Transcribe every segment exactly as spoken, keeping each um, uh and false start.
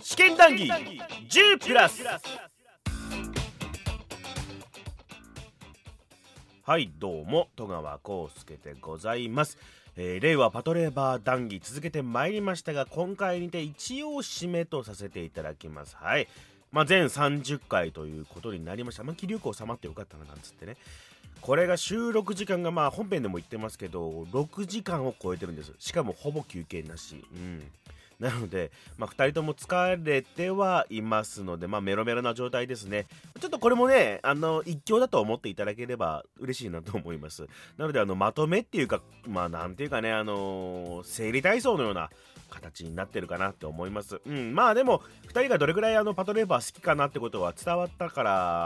試験談義じゅうプラス。はいどうも戸川浩介でございます。えー、令和パトレーバー談義続けてまいりましたが、今回にて一応締めとさせていただきます。はい、まあ、全さんじゅっかいということになりました。まあ気流行収まってよかったななんつってね。これが収録時間がまあ本編でも言ってますけどろくじかんを超えてるんです。しかもほぼ休憩なし。うんなので、まあ、ふたりとも疲れてはいますので、まあ、メロメロな状態ですね。ちょっとこれもね、あの一興だと思っていただければ嬉しいなと思います。なのであのまとめっていうか、まあなんていうかね、あのー、生理体操のような形になってるかなって思います。うん、まあでもふたりがどれくらいあのパトレーバー好きかなってことは伝わったから、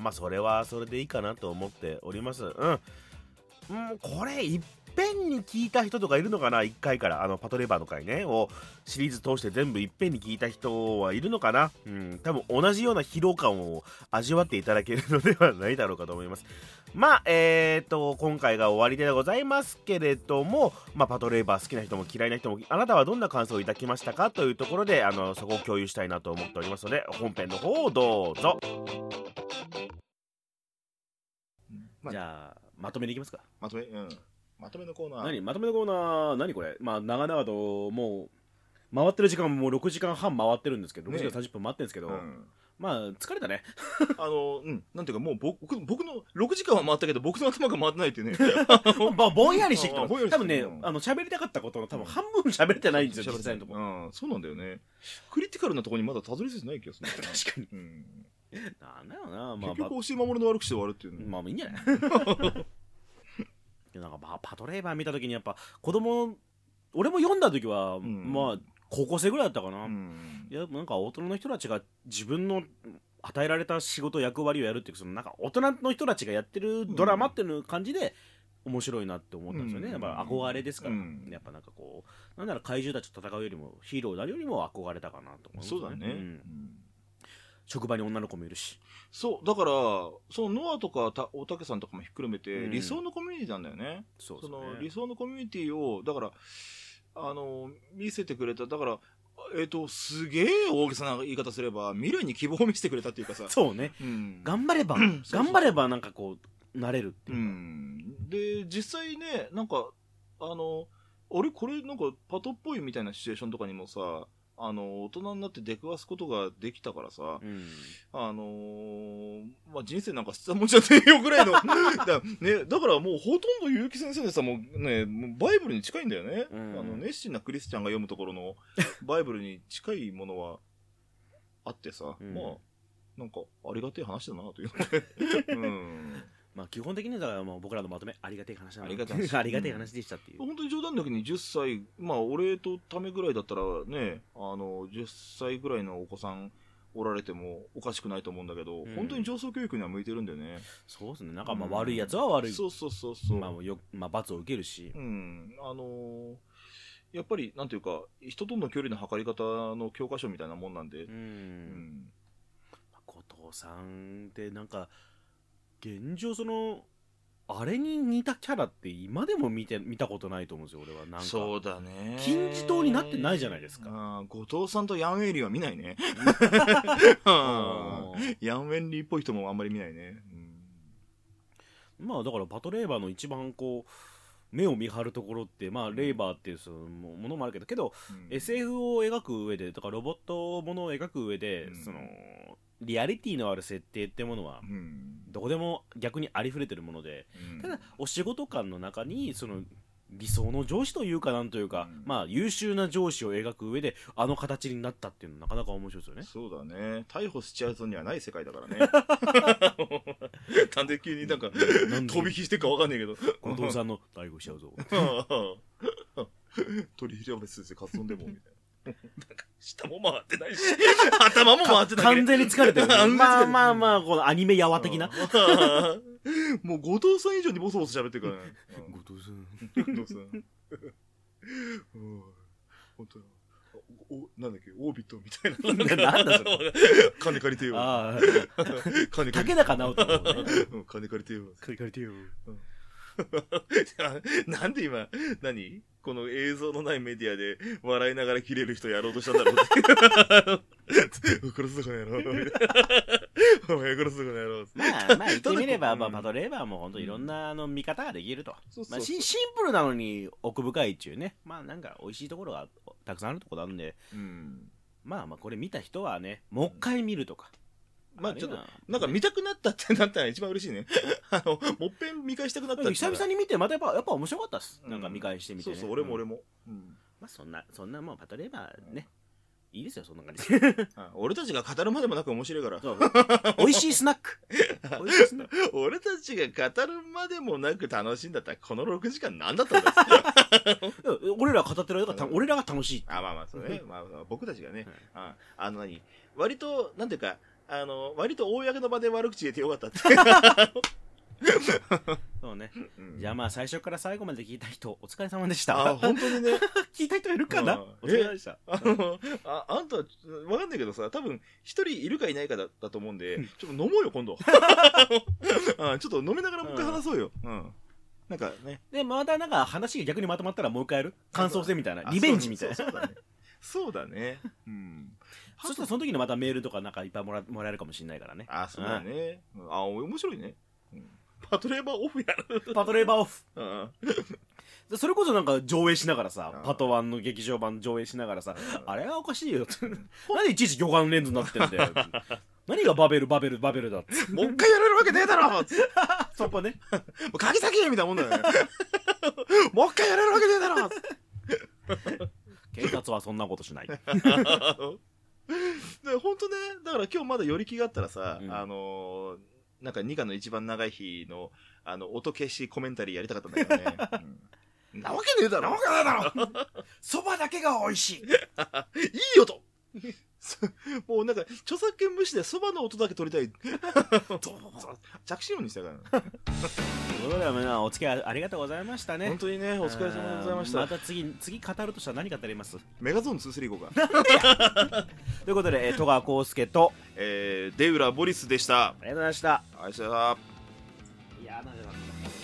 まあそれはそれでいいかなと思っております。うん、うん、これいっぺんに聞いた人とかいるのかな。いっかいからあのパトレーバーの回ねをシリーズ通して全部いっぺんに聞いた人はいるのかな。うん、多分同じような疲労感を味わっていただけるのではないだろうかと思います。まあえーと今回が終わりでございますけれども、まあ、パトレーバー好きな人も嫌いな人も、あなたはどんな感想を抱きましたかというところで、あのそこを共有したいなと思っておりますので、本編の方をどうぞ。じゃあまとめにいきますか。 まとめ、うん、まとめのコーナー。 何まとめのコーナー、何これ。まあ長々ともう回ってる時間ももうろくじかんはん回ってるんですけど、ろくじかんさんじゅっぷん回ってるんですけど、うん、まあ疲れたねあのうんなんていうか、もう僕僕のろくじかんは回ったけど僕の頭が回ってないっていうねまあぼんやりしてきてます。多分ね、あの喋りたかったことの多分半分喋れてないんですよ、実際のところ。 うん、そうなんだよね。クリティカルなところにまだたどり着いてない気がする確かに、 うん、 なんだよな、まあ、 結局押し守りの悪くして終わるっていうね。 まあいいんじゃないなんかパトレーバー見た時にやっぱ子供、俺も読んだ時は、うん、まあ高校生ぐらいだったかな、うん、いやなんか大人の人たちが自分の与えられた仕事役割をやるっていう、そのなんか大人の人たちがやってるドラマっていう感じで面白いなって思ったんですよね、うん、やっぱ憧れですから、うん、やっぱなんかこうなんなら怪獣たちと戦うよりもヒーローになるよりも憧れたかなと思いますね。 そうだね、うん、 職場に女の子もいるし。 そうだからそのノアとか大竹さんとかもひっくるめて、うん、理想のコミュニティなんだよね。そうですね、その理想のコミュニティをだからあの見せてくれた。だからえっ、ー、とすげえ大げさな言い方すれば未来に希望を見せてくれたっていうかさ。 そうね、うん、頑張れば頑張ればなんかこうなれるっていうか、うん、 で実際ねなんかあの俺これなんかパトっぽいみたいなシチュエーションとかにもさ、あの大人になって出くわすことができたからさ、うん、あのー、まあ、人生なんか捨てたもんじゃねえよぐらいのだ、ね、だからもうほとんど結城先生でさ、もうねもうバイブルに近いんだよね、うん、あの熱心なクリスチャンが読むところのバイブルに近いものはあってさ、うん、まあなんかありがてえ話だなというので、うんまあ基本的にだからもう僕らのまとめありがてえ話なの。 ありがてえ話ありがてえ話でしたっていう、 うん、本当に冗談だけにじゅっさい、まあ俺とためぐらいだったらね、あのじゅっさいぐらいのお子さんおられてもおかしくないと思うんだけど、うん、本当に上層教育には向いてるんだよね。 そうですね、なんかまあ悪いやつは悪い、うん、 そうそうそうそう、 まあよ、まあ、罰を受けるし、 うん、あのー、やっぱりなんていうか人との距離の測り方の教科書みたいなもんなんで、うん、うん、 後藤さんってなんか現状そのあれに似たキャラって今でも見て見たことないと思うんですよ俺は。なんかそうだね、 金字塔になってないじゃないですか。 あ後藤さんとヤンウェンリーは見ないねヤンウェンリーっぽい人もあんまり見ないね、 うん、まあだからパトレーバーの一番こう目を見張るところって、まあ、レーバーっていうそのものもあるけどけど、うん、エスエフ を描く上でとかロボットものを描く上で、うん、そのリアリティのある設定ってものは、うん、どこでも逆にありふれてるもので、うん、ただお仕事間の中にその理想の上司というかなんというか、うん、まあ優秀な上司を描く上であの形になったっていうのはなかなか面白いですよね。 そうだね、逮捕しちゃうぞにはない世界だからねなんで急になんか飛び火してるかわかんないけど後藤さんの逮捕しちゃうぞ取り調べするカツ丼でもみたいななんか下も回ってないし頭も回ってない、 完全に疲れてる、ね、まあまあまあこのアニメやわ的なもう後藤さん以上にボソボソ喋ってるからね後藤さん後藤さん本当おなんだっけオービットみたいななんだそれ金借りてよああ金竹中直人もね金借りてよ金借りてよなんで今何この映像のないメディアで笑いながら切れる人やろうとしたんだろうって殺すとこの野郎お前殺すとこの野郎まあまあ言ってみれば、まあ、パトレーバーも本当いろんなあの見方ができると、 そうそうそう、 まあ、シンプルなのに奥深いっちゅうね、まあなんか美味しいところがたくさんあるところなんで、 うん、 まあまあこれ見た人はねもう一回見るとか、 まあちょっとなんか見たくなったってなったら一番嬉しいねあのもっぺん見返したくなったって久々に見てまたやっぱやっぱ面白かったっす、うん、なんか見返してみて、ね、 そうそう俺も俺も、うん、 まあそんなそんなもうパトレーバーね、いいですよそんな感じ俺たちが語るまでもなく面白いからそう美味しいスナック美味しいスナック俺たちが語るまでもなく楽しいんだったらこのろくじかん何だったんだ俺ら語ってる間が俺らが楽しい。 あまあまあそうね、まあ、僕たちがね、はい、あ, あの何割となんていうかあの割と公の場で悪口言えてよかったってそうね、うん、じゃあまあ最初から最後まで聞いた人お疲れ様でした。 あ本当にね聞いた人いるかな、お疲れ様でした。 あの あ, あんたわかんないけどさ多分一人いるかいないか だ, だと思うんでちょっと飲もうよ今度あちょっと飲みながらもう一回話そうよ、うん、うん、なんかねでまたなんか話が逆にまとまったらもう一回やる感想戦みたいなリベンジみたいな。 そうだねそうだね、うん、 そしたらその時にまたメールとかなんかいっぱいも ら, もらえるかもしれないからね。 あそうだね、うん、あ面白いね、うん、パトレーバーオフやるパトレーバーオフうんそれこそなんか上映しながらさ、パトワンの劇場版上映しながらさ、あれはおかしいよってなんでいちいち魚眼レンズになってんだよ何がバベルバベルバベルだってもう一回やれるわけねえだろそこねもう鍵先みたいなもんだよねもう一回やれるわけねえだろ警察はそんなことしないで本当ねだから今日まだ寄り気があったらさ、うん、あのー、なんかニカの一番長い日のあの音消しコメンタリーやりたかったんだけどね、うん、なわけねえだろなわけねえだろそばだけが美味しいいい音もうなんか著作権無視でそばの音だけ取りたい着信音にしたからということでお付き合いありがとうございましたね。 本当にねお疲れ様でございました。 また次次語るとしたら何語ります？ メガゾーンに、さんいこうかということで戸川浩介と、 えー、出浦ボリスでした。 ありがとうございました。 ありがとうございました。 いやーなんでなんだ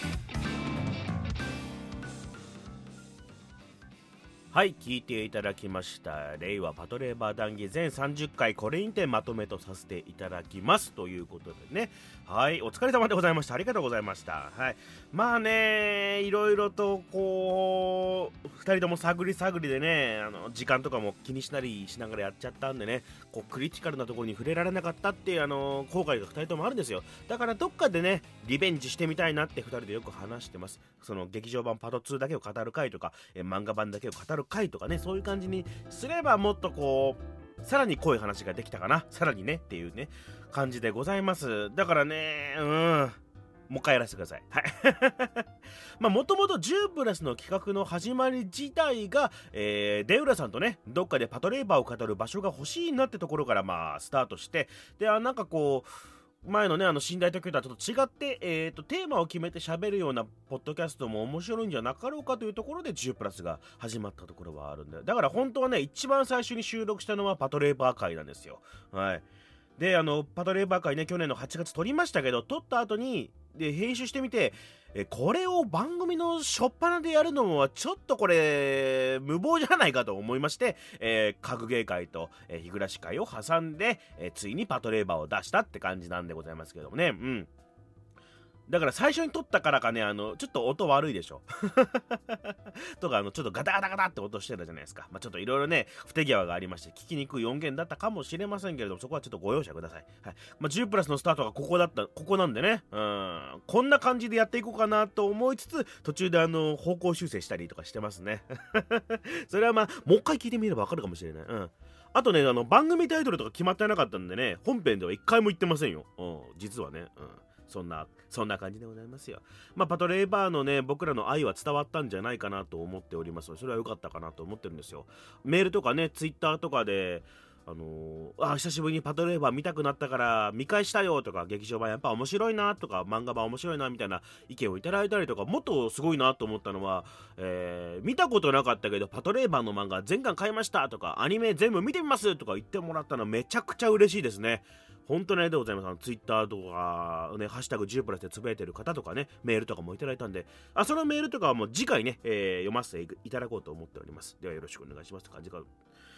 はい、聞いていただきました令和パトレーバー談義全さんじゅっかいこれにてまとめとさせていただきますということでね、はいお疲れ様でございました。ありがとうございました。はいまあねいろいろとこうふたりとも探り探りでねあの時間とかも気にしなりしながらやっちゃったんでねこうクリティカルなところに触れられなかったっていうあの後悔がふたりともあるんですよ。だからどっかでねリベンジしてみたいなってふたりでよく話してます。その劇場版パトツーだけを語る回とかえ漫画版だけを語る回とかねそういう感じにすればもっとこうさらに濃い話ができたかなさらにねっていうね感じでございます。だからねうんもう一回やらせてください。はいまあもともとじゅうプラスの企画の始まり自体が、えー、出浦さんとねどっかでパトレーバーを語る場所が欲しいなってところからまあスタートしてであなんかこう前のねあの寝台特急とはちょっと違って、えー、とテーマを決めて喋るようなポッドキャストも面白いんじゃなかろうかというところでじゅうプラスが始まったところはあるんでだから本当はね一番最初に収録したのはパトレーバー会なんですよ。はいであのパトレーバー会ね去年のはちがつ撮りましたけど撮った後にで編集してみてえこれを番組の初っ端でやるのはちょっとこれ無謀じゃないかと思いまして、えー、格ゲー会と、えー、日暮らし会を挟んで、えー、ついにパトレーバーを出したって感じなんでございますけどもね。うんだから最初に撮ったからかねあのちょっと音悪いでしょとかあのちょっとガタガタガタって音してたじゃないですか。まあちょっといろいろね不手際がありまして聞きにくい音源だったかもしれませんけれどもそこはちょっとご容赦ください。はいまあ、じゅうプラスのスタートがここだったここなんでねうんこんな感じでやっていこうかなと思いつつ途中であの方向修正したりとかしてますねそれはまあもう一回聞いてみればわかるかもしれない。うんあとねあの番組タイトルとか決まってなかったんでね本編では一回も言ってませんよ。うん実はねうんそんなそんな感じでございますよ。まあパトレーバーのね僕らの愛は伝わったんじゃないかなと思っておりますのでそれは良かったかなと思ってるんですよ。メールとかねツイッターとかであのー、あ久しぶりにパトレーバー見たくなったから見返したよとか劇場版やっぱ面白いなとか漫画版面白いなみたいな意見をいただいたりとかもっとすごいなと思ったのは、えー、見たことなかったけどパトレーバーの漫画全巻買いましたとかアニメ全部見てみますとか言ってもらったのめちゃくちゃ嬉しいですね。本当にありがとうございます。ツイッターとか、ね、ハッシュタグじゅうプラスでつぶやいてる方とかね、メールとかもいただいたんで、あそのメールとかはもう次回ね、えー、読ませていただこうと思っております。ではよろしくお願いしますって感じか。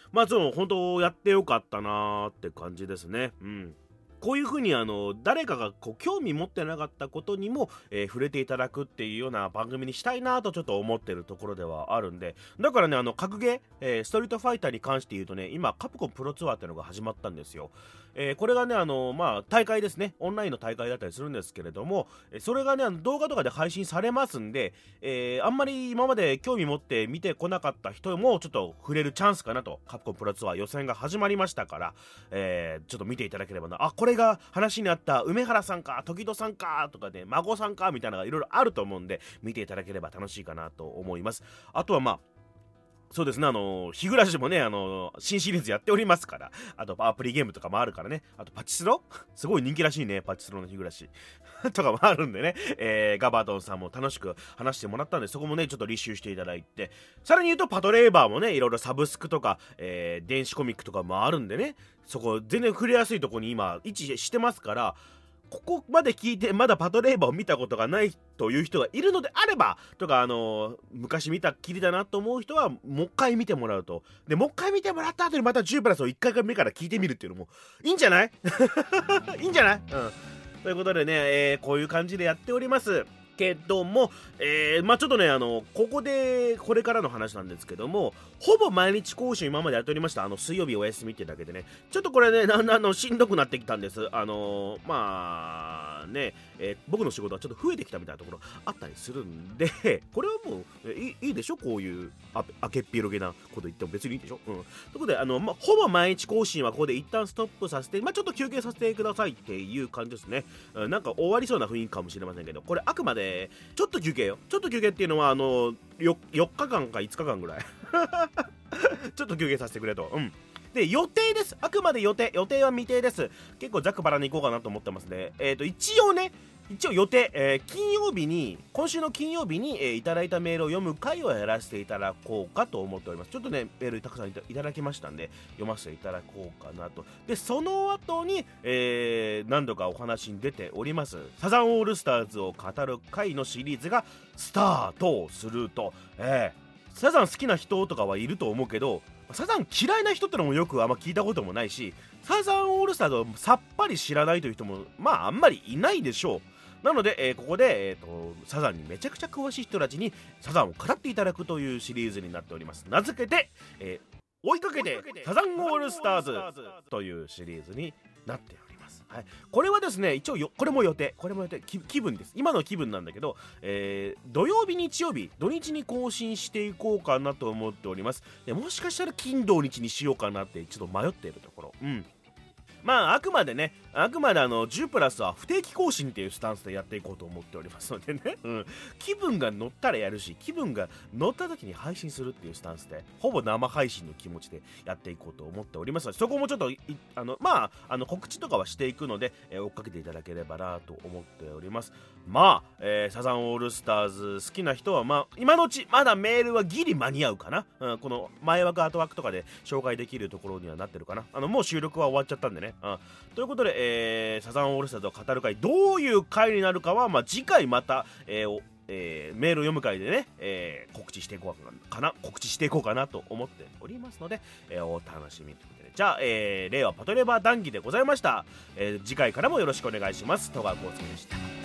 まあその本当やってよかったなーって感じですね。うん。こういう風にあの誰かがこう興味持ってなかったことにも、えー、触れていただくっていうような番組にしたいなとちょっと思ってるところではあるんで、だからねあの格ゲー、えー、ストリートファイターに関して言うとね、今カプコンプロツアーっていうのが始まったんですよ。えー、これがねあのまあ大会ですね、オンラインの大会だったりするんですけれども、それがねあの動画とかで配信されますんで、えー、あんまり今まで興味持って見てこなかった人もちょっと触れるチャンスかなと。カプコンプロツアー予選が始まりましたから、えー、ちょっと見ていただければな。あ、これが話にあった梅原さんか時戸さんかとかで、ね、孫さんかみたいなのがいろいろあると思うんで、見ていただければ楽しいかなと思います。あとはまあそうですね、あの日暮らしもね、あの新シリーズやっておりますから、あとアプリゲームとかもあるからね、あとパチスロすごい人気らしいね、パチスロの日暮らしとかもあるんでね、えー、ガバドンさんも楽しく話してもらったんで、そこもねちょっと履修していただいて、さらに言うとパトレーバーもねいろいろサブスクとか、えー、電子コミックとかもあるんでね、そこ全然触れやすいとこに今位置してますから、ここまで聞いてまだパトレーバーを見たことがないという人がいるのであればとか、あのー、昔見たきりだなと思う人はもう一回見てもらうと、でもう一回見てもらった後にまたじゅうプラスをいっかいめから聞いてみるっていうのもいいんじゃないいいんじゃない、うん、ということでね、えー、こういう感じでやっておりますけども、えー、まあちょっとねあのここでこれからの話なんですけども、ほぼ毎日講習今までやっておりました。あの水曜日お休みってだけでね、ちょっとこれねだんだんのしんどくなってきたんです。あのー、まあね、えー、僕の仕事はちょっと増えてきたみたいなところあったりするんで、これはもう、えー、いいいでしょ、こういうああけっぴろげなこと言っても別にいいでしょ。うん、ということであの、まあ、ほぼ毎日更新はここで一旦ストップさせて、まあ、ちょっと休憩させてくださいっていう感じですね。うん、なんか終わりそうな雰囲気かもしれませんけど、これあくまでちょっと休憩よ。ちょっと休憩っていうのはあの よ, よっかかんかいつかかんぐらいちょっと休憩させてくれと。うんで、予定です。あくまで予定。予定は未定です。結構ざっくばらんに行こうかなと思ってますね。えっと、一応ね、一応予定、えー、金曜日に、今週の金曜日に、えー、いただいたメールを読む回をやらせていただこうかと思っております。ちょっとね、メールたくさんい た, いただきましたんで、読ませていただこうかなと。で、その後に、えー、何度かお話に出ております、サザンオールスターズを語る回のシリーズがスタートすると、えー、サザン好きな人とかはいると思うけど、サザン嫌いな人ってのもよくあんま聞いたこともないし、サザンオールスターズをさっぱり知らないという人もまああんまりいないでしょう。なので、えー、ここで、えーと、サザンにめちゃくちゃ詳しい人たちにサザンを語っていただくというシリーズになっております。名付けて、えー、追いかけてサザンオールスターズというシリーズになっております。はい、これはですね、一応よこれも予定これも予定 気, 気分です。今の気分なんだけど、えー、土曜日日曜日土日に更新していこうかなと思っております。でもしかしたら金土日にしようかなってちょっと迷っているところ。うんまああくまでねあくまであのじゅうプラスは不定期更新っていうスタンスでやっていこうと思っておりますのでね、うん、気分が乗ったらやるし、気分が乗った時に配信するっていうスタンスでほぼ生配信の気持ちでやっていこうと思っておりますので、そこもちょっとあのまああの告知とかはしていくので、えー、追っかけていただければなと思っております。まあ、えー、サザンオールスターズ好きな人はまあ今のうちまだメールはギリ間に合うかな、うん、この前枠後枠とかで紹介できるところにはなってるかな。あのもう収録は終わっちゃったんでね、うん、ということで、えー、サザンオールスターズを語る回どういう回になるかは、まあ、次回また、えーえー、メールを読む回でね、えー、告知していこうかな告知していこうかなと思っておりますので、えー、お楽しみということで、じゃあ、えー、令和パトレーバー談義でございました。えー、次回からもよろしくお願いします。戸川浩介でした。